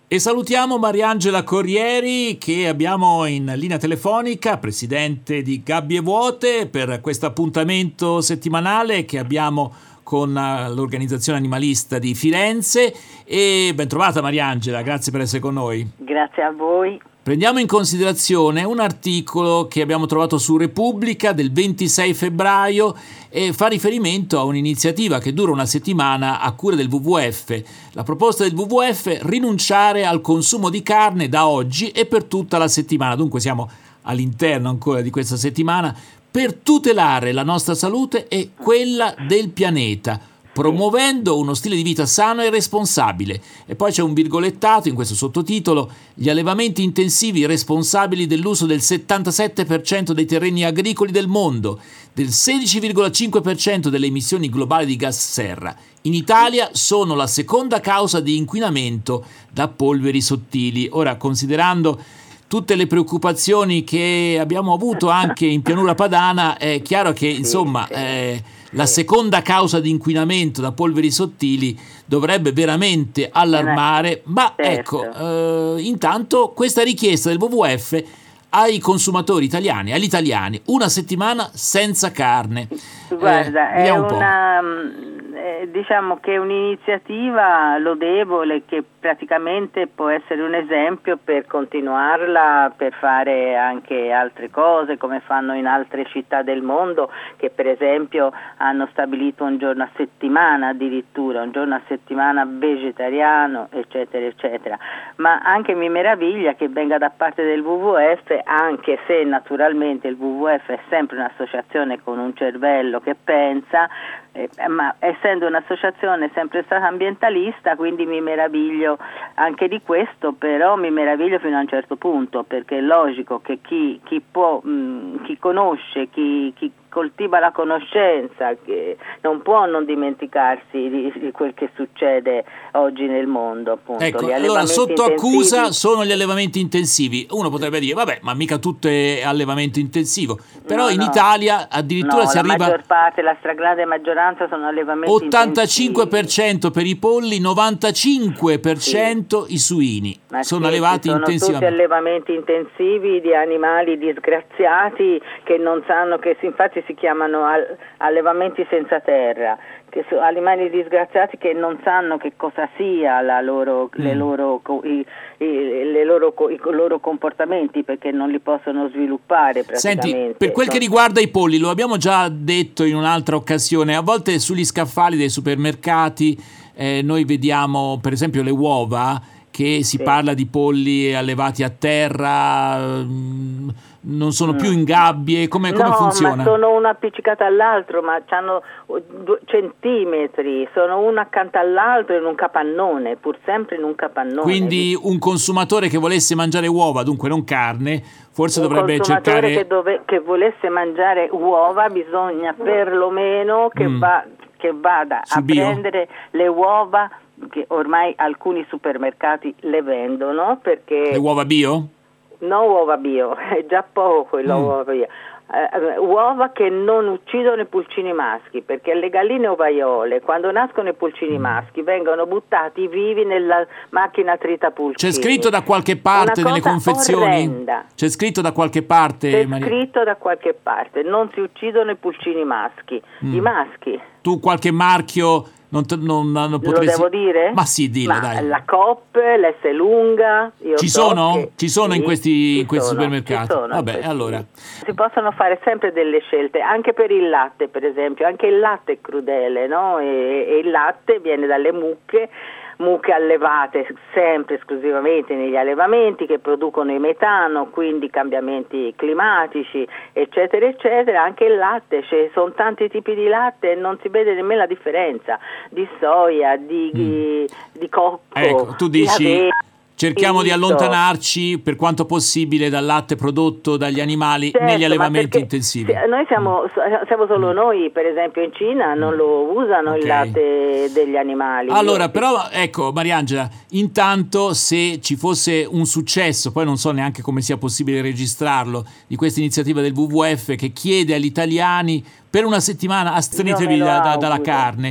E salutiamo Mariangela Corrieri, che abbiamo in linea telefonica, presidente di Gabbie Vuote, per questo appuntamento settimanale che abbiamo con l'organizzazione animalista di Firenze. E ben trovata Mariangela, grazie per essere con noi. Grazie a voi. Prendiamo in considerazione un articolo che abbiamo trovato su Repubblica del 26 febbraio e fa riferimento a un'iniziativa che dura una settimana a cura del WWF. La proposta del WWF: rinunciare al consumo di carne da oggi e per tutta la settimana. Dunque siamo all'interno ancora di questa settimana per tutelare la nostra salute e quella del pianeta, promuovendo uno stile di vita sano e responsabile. E poi c'è un virgolettato in questo sottotitolo: gli allevamenti intensivi responsabili dell'uso del 77% dei terreni agricoli del mondo, del 16,5% delle emissioni globali di gas serra. In Italia sono la seconda causa di inquinamento da polveri sottili. Ora, considerando tutte le preoccupazioni che abbiamo avuto anche in pianura padana, è chiaro che insomma la seconda causa di inquinamento da polveri sottili dovrebbe veramente allarmare, ma ecco, intanto questa richiesta del WWF ai consumatori italiani, agli italiani: una settimana senza carne. Guarda, diciamo che è un'iniziativa lodevole, che praticamente può essere un esempio per continuarla, per fare anche altre cose come fanno in altre città del mondo, che per esempio hanno stabilito un giorno a settimana, addirittura un giorno a settimana vegetariano, eccetera eccetera. Ma anche mi meraviglia che venga da parte del WWF, anche se naturalmente il WWF è sempre un'associazione con un cervello che pensa, ma essendo un'associazione sempre stata ambientalista, quindi mi meraviglio anche di questo. Però mi meraviglio fino a un certo punto, perché è logico che chi conosce, chi coltiva la conoscenza, che non può non dimenticarsi di quel che succede oggi nel mondo, appunto. Ecco, allora sotto accusa sono gli allevamenti intensivi. Uno potrebbe dire: vabbè, ma mica tutto è allevamento intensivo. Però in Italia addirittura si arriva... la maggior parte, la stragrande maggioranza sono allevamenti 85% per i polli, 95% i suini. Sono allevati intensivamente. Sono tutti allevamenti intensivi di animali disgraziati che non sanno, che infatti si chiamano allevamenti senza terra, che sono animali disgraziati che non sanno che cosa sia i loro comportamenti, perché non li possono sviluppare praticamente. Senti, per quel che riguarda i polli, lo abbiamo già detto in un'altra occasione, a volte sugli scaffali dei supermercati noi vediamo per esempio le uova, che si parla di polli allevati a terra, non sono più in gabbie, come funziona? Ma sono una appiccicata all'altro, ma hanno centimetri, sono uno accanto all'altro in un capannone, pur sempre in un capannone. Quindi un consumatore che volesse mangiare uova, dunque non carne, forse dovrebbe cercare... Un consumatore che volesse mangiare uova, bisogna perlomeno che vada a prendere le uova, che ormai alcuni supermercati le vendono, perché... Le uova bio? No, uova bio, è già poco l'uova bio. Uova che non uccidono i pulcini maschi, perché le galline ovaiole, quando nascono i pulcini maschi, vengono buttati vivi nella macchina tritapulcini. C'è scritto da qualche parte nelle confezioni? Orrenda. C'è scritto da qualche parte? Scritto da qualche parte: non si uccidono i pulcini maschi, i maschi. Tu qualche marchio non potresti... Lo devo dire? Ma sì, dillo, dai. La Coop, l'S Lunga... Ci sono in questi supermercati? Vabbè, allora... Si possono fare sempre delle scelte, anche per il latte, per esempio. Anche il latte è crudele, no? E il latte viene dalle mucche allevate sempre esclusivamente negli allevamenti, che producono il metano, quindi cambiamenti climatici, eccetera eccetera. Anche il latte, ci sono tanti tipi di latte e non si vede nemmeno la differenza, di soia, di cocco. Ecco, tu dici cerchiamo di allontanarci per quanto possibile dal latte prodotto dagli animali negli allevamenti intensivi. Noi siamo solo noi, per esempio in Cina non lo usano il latte degli animali. Allora, però ecco Mariangela, intanto se ci fosse un successo, poi non so neanche come sia possibile registrarlo, di questa iniziativa del WWF che chiede agli italiani: per una settimana astenetevi dalla carne.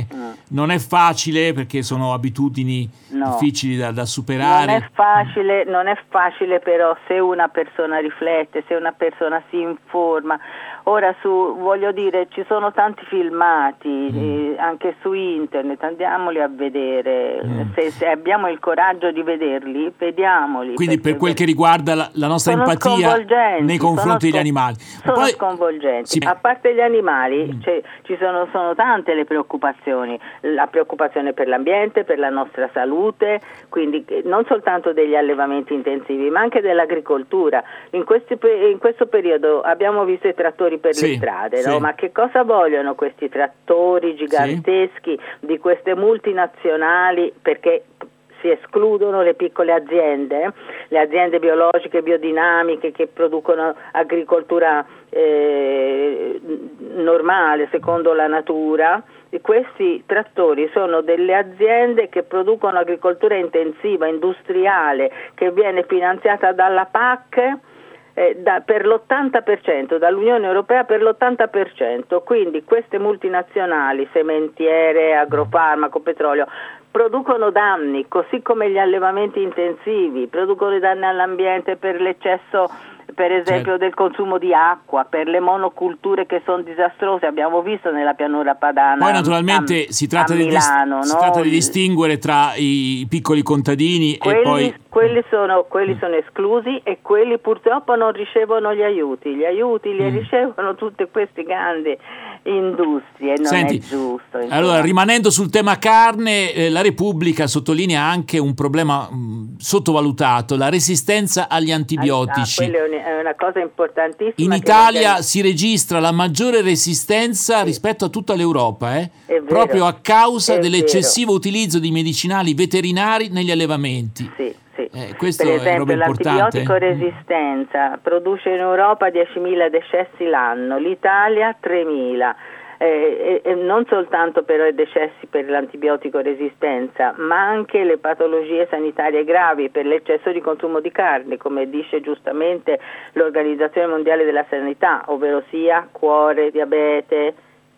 non è facile perché sono abitudini difficili da superare. Non è facile però se una persona riflette, se una persona si informa. Ora voglio dire, ci sono tanti filmati anche su internet, andiamoli a vedere, se abbiamo il coraggio di vederli, vediamoli. Quindi per quel che riguarda la nostra empatia nei confronti degli animali. Sono sconvolgenti. A parte gli animali, ci sono tante le preoccupazioni, la preoccupazione per l'ambiente, per la nostra salute, quindi non soltanto degli allevamenti intensivi, ma anche dell'agricoltura. In questo periodo abbiamo visto i trattori per le strade, no? Ma che cosa vogliono questi trattori giganteschi di queste multinazionali, perché si escludono le piccole aziende, le aziende biologiche, biodinamiche che producono agricoltura normale, secondo la natura. E questi trattori sono delle aziende che producono agricoltura intensiva, industriale, che viene finanziata dalla PAC per l'80%, dall'Unione Europea per l'80%, quindi queste multinazionali, sementiere, agrofarmaco, petrolio, producono danni, così come gli allevamenti intensivi, producono danni all'ambiente per l'eccesso, per esempio, del consumo di acqua, per le monoculture che sono disastrose, abbiamo visto nella pianura padana. Poi naturalmente si tratta di distinguere tra i piccoli contadini e poi... Quelli sono esclusi e quelli purtroppo non ricevono gli aiuti li ricevono tutte queste grandi industrie, non è giusto. Insomma. Allora, rimanendo sul tema carne, la Repubblica sottolinea anche un problema sottovalutato, la resistenza agli antibiotici. Quella è una cosa importantissima. In Italia si registra la maggiore resistenza rispetto a tutta l'Europa, proprio a causa dell'eccessivo utilizzo di medicinali veterinari negli allevamenti. Questo per esempio, è roba importante. L'antibiotico resistenza produce in Europa 10.000 decessi l'anno, l'Italia 3.000. Non soltanto però i decessi per l'antibiotico resistenza, ma anche le patologie sanitarie gravi per l'eccesso di consumo di carne, come dice giustamente l'Organizzazione Mondiale della Sanità, ovvero sia cuore, diabete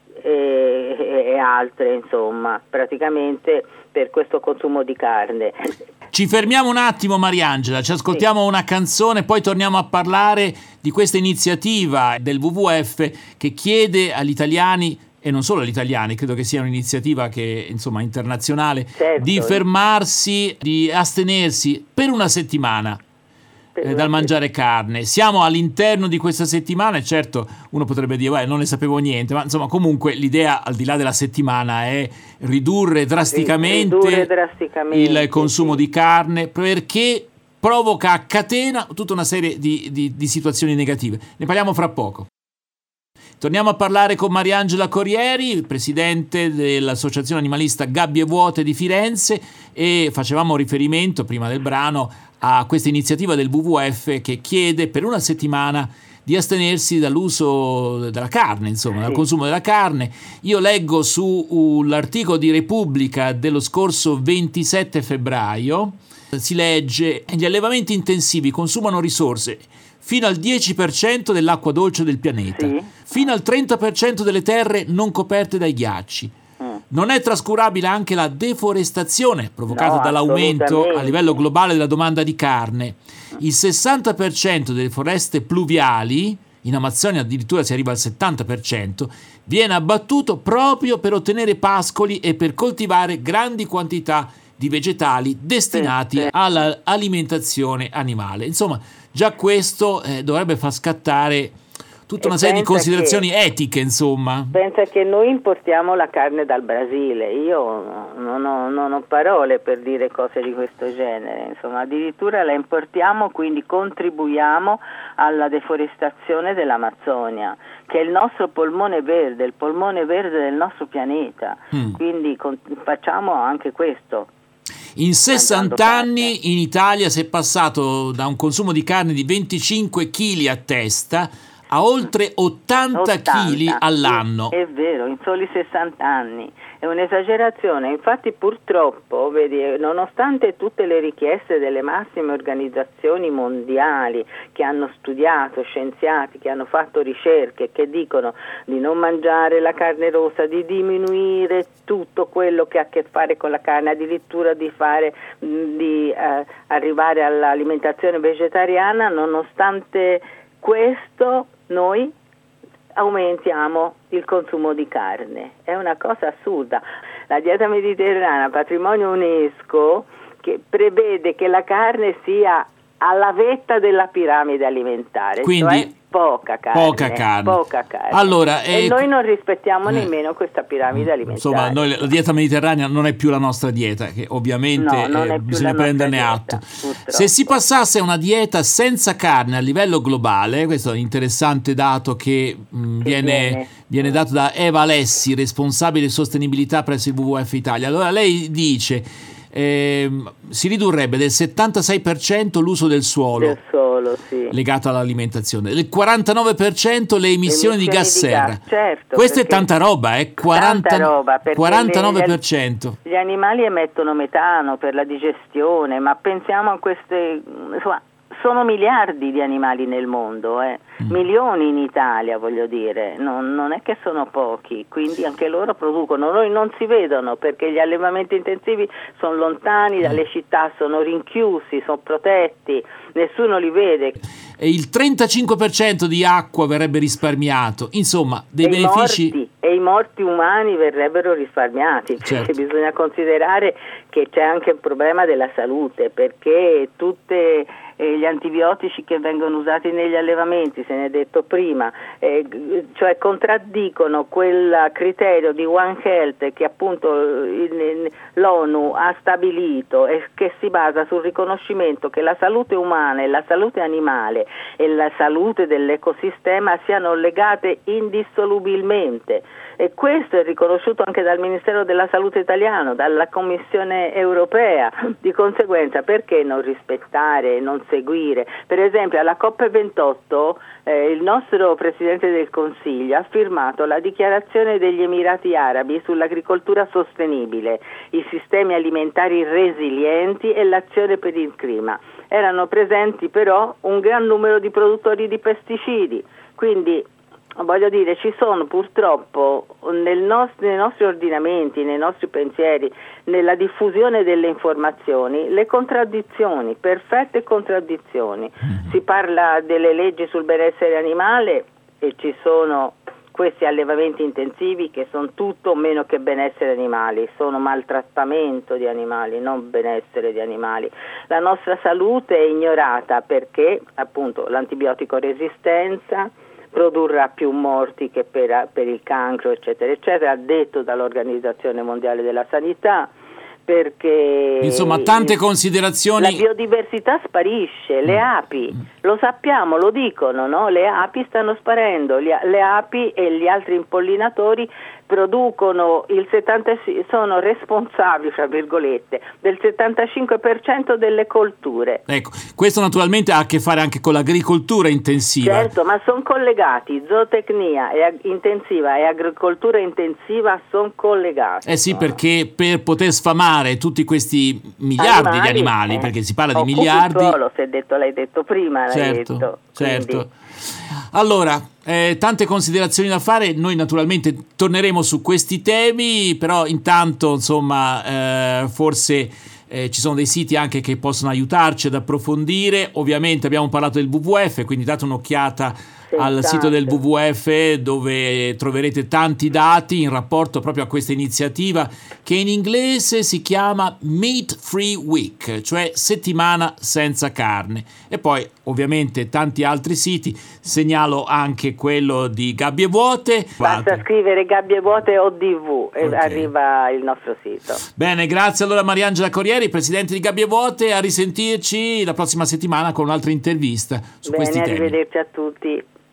e altre, insomma, praticamente per questo consumo di carne. Ci fermiamo un attimo, Mariangela, ci ascoltiamo una canzone, poi torniamo a parlare di questa iniziativa del WWF che chiede agli italiani, e non solo agli italiani, credo che sia un'iniziativa che insomma internazionale, di fermarsi, di astenersi per una settimana dal mangiare carne. Siamo all'interno di questa settimana e certo uno potrebbe dire non ne sapevo niente, ma insomma comunque l'idea al di là della settimana è ridurre drasticamente il consumo di carne, perché provoca a catena tutta una serie di situazioni negative. Ne parliamo fra poco. Torniamo a parlare con Mariangela Corrieri, presidente dell'Associazione Animalista Gabbie Vuote di Firenze, e facevamo riferimento prima del brano a questa iniziativa del WWF che chiede per una settimana di astenersi dall'uso della carne, insomma, dal consumo della carne. Io leggo sull'articolo di Repubblica dello scorso 27 febbraio, si legge: gli allevamenti intensivi consumano risorse fino al 10% dell'acqua dolce del pianeta, fino al 30% delle terre non coperte dai ghiacci. Non è trascurabile anche la deforestazione provocata dall'aumento a livello globale della domanda di carne. Il 60% delle foreste pluviali, in Amazzonia addirittura si arriva al 70%, viene abbattuto proprio per ottenere pascoli e per coltivare grandi quantità di vegetali destinati all'alimentazione animale. Insomma, già questo dovrebbe far scattare tutta una serie di considerazioni etiche, insomma. Pensa che noi importiamo la carne dal Brasile, io non ho parole per dire cose di questo genere, insomma, addirittura la importiamo, quindi contribuiamo alla deforestazione dell'Amazzonia, che è il nostro polmone verde, il polmone verde del nostro pianeta, quindi facciamo anche questo. In 60 anni in Italia si è passato da un consumo di carne di 25 kg a testa a oltre 80 kg all'anno. È vero, in soli 60 anni. È un'esagerazione, infatti purtroppo, vedi, nonostante tutte le richieste delle massime organizzazioni mondiali che hanno studiato, scienziati che hanno fatto ricerche che dicono di non mangiare la carne rossa, di diminuire tutto quello che ha a che fare con la carne, addirittura di arrivare all'alimentazione vegetariana, nonostante questo noi aumentiamo il consumo di carne. È una cosa assurda. La dieta mediterranea, patrimonio UNESCO, che prevede che la carne sia alla vetta della piramide alimentare, quindi cioè poca carne. Allora, e noi non rispettiamo nemmeno questa piramide alimentare. Insomma, la dieta mediterranea non è più la nostra dieta, che ovviamente bisogna prenderne atto. Se si passasse a una dieta senza carne a livello globale, questo è un interessante dato che viene dato da Eva Alessi, responsabile sostenibilità presso il WWF Italia. Allora lei dice si ridurrebbe del 76% l'uso del suolo, sì, legato all'alimentazione, del 49% le emissioni di gas serra. Certo, questa è tanta roba, 49%. Gli animali emettono metano per la digestione, ma pensiamo a queste, insomma, sono miliardi di animali nel mondo, milioni in Italia, voglio dire, non è che sono pochi, quindi anche loro producono. Noi non si vedono perché gli allevamenti intensivi sono lontani dalle città, sono rinchiusi, sono protetti, nessuno li vede. E il 35% di acqua verrebbe risparmiato, insomma, dei benefici. E i morti umani verrebbero risparmiati, certo. Perché bisogna considerare che c'è anche il problema della salute, perché tutte gli antibiotici che vengono usati negli allevamenti, se ne è detto prima, cioè contraddicono quel criterio di One Health che appunto l'ONU ha stabilito e che si basa sul riconoscimento che la salute umana e la salute animale e la salute dell'ecosistema siano legate indissolubilmente. E questo è riconosciuto anche dal Ministero della Salute italiano, dalla Commissione europea. Di conseguenza, perché non rispettare, non seguire? Per esempio, alla COP28 il nostro Presidente del Consiglio ha firmato la dichiarazione degli Emirati Arabi sull'agricoltura sostenibile, i sistemi alimentari resilienti e l'azione per il clima. Erano presenti però un gran numero di produttori di pesticidi, quindi voglio dire, ci sono purtroppo nei nostri ordinamenti, nei nostri pensieri, nella diffusione delle informazioni, le contraddizioni, perfette contraddizioni. Si parla delle leggi sul benessere animale e ci sono questi allevamenti intensivi che sono tutto meno che benessere animali, sono maltrattamento di animali, non benessere di animali. La nostra salute è ignorata perché appunto l'antibiotico resistenza produrrà più morti che per il cancro, eccetera, eccetera, detto dall'Organizzazione Mondiale della Sanità, perché insomma tante considerazioni. La biodiversità sparisce, le api, lo sappiamo, lo dicono, no? Le api stanno sparendo, le api e gli altri impollinatori producono sono responsabili, fra virgolette, del 75% delle colture. Ecco, questo naturalmente ha a che fare anche con l'agricoltura intensiva. Certo, ma sono collegati, zootecnia intensiva e agricoltura intensiva sono collegati. Sì, perché per poter sfamare tutti questi miliardi di animali, perché si parla di miliardi. L'hai detto prima, certo. Allora, tante considerazioni da fare, noi naturalmente torneremo su questi temi, però intanto insomma forse ci sono dei siti anche che possono aiutarci ad approfondire. Ovviamente abbiamo parlato del WWF, quindi date un'occhiata al sito del WWF dove troverete tanti dati in rapporto proprio a questa iniziativa che in inglese si chiama Meat Free Week, cioè settimana senza carne. E poi ovviamente tanti altri siti, segnalo anche quello di Gabbie Vuote. Basta scrivere Gabbie Vuote ODV e arriva il nostro sito. Bene, grazie allora Mariangela Corrieri, presidente di Gabbie Vuote, a risentirci la prossima settimana con un'altra intervista su questi temi. Arrivederci a tutti.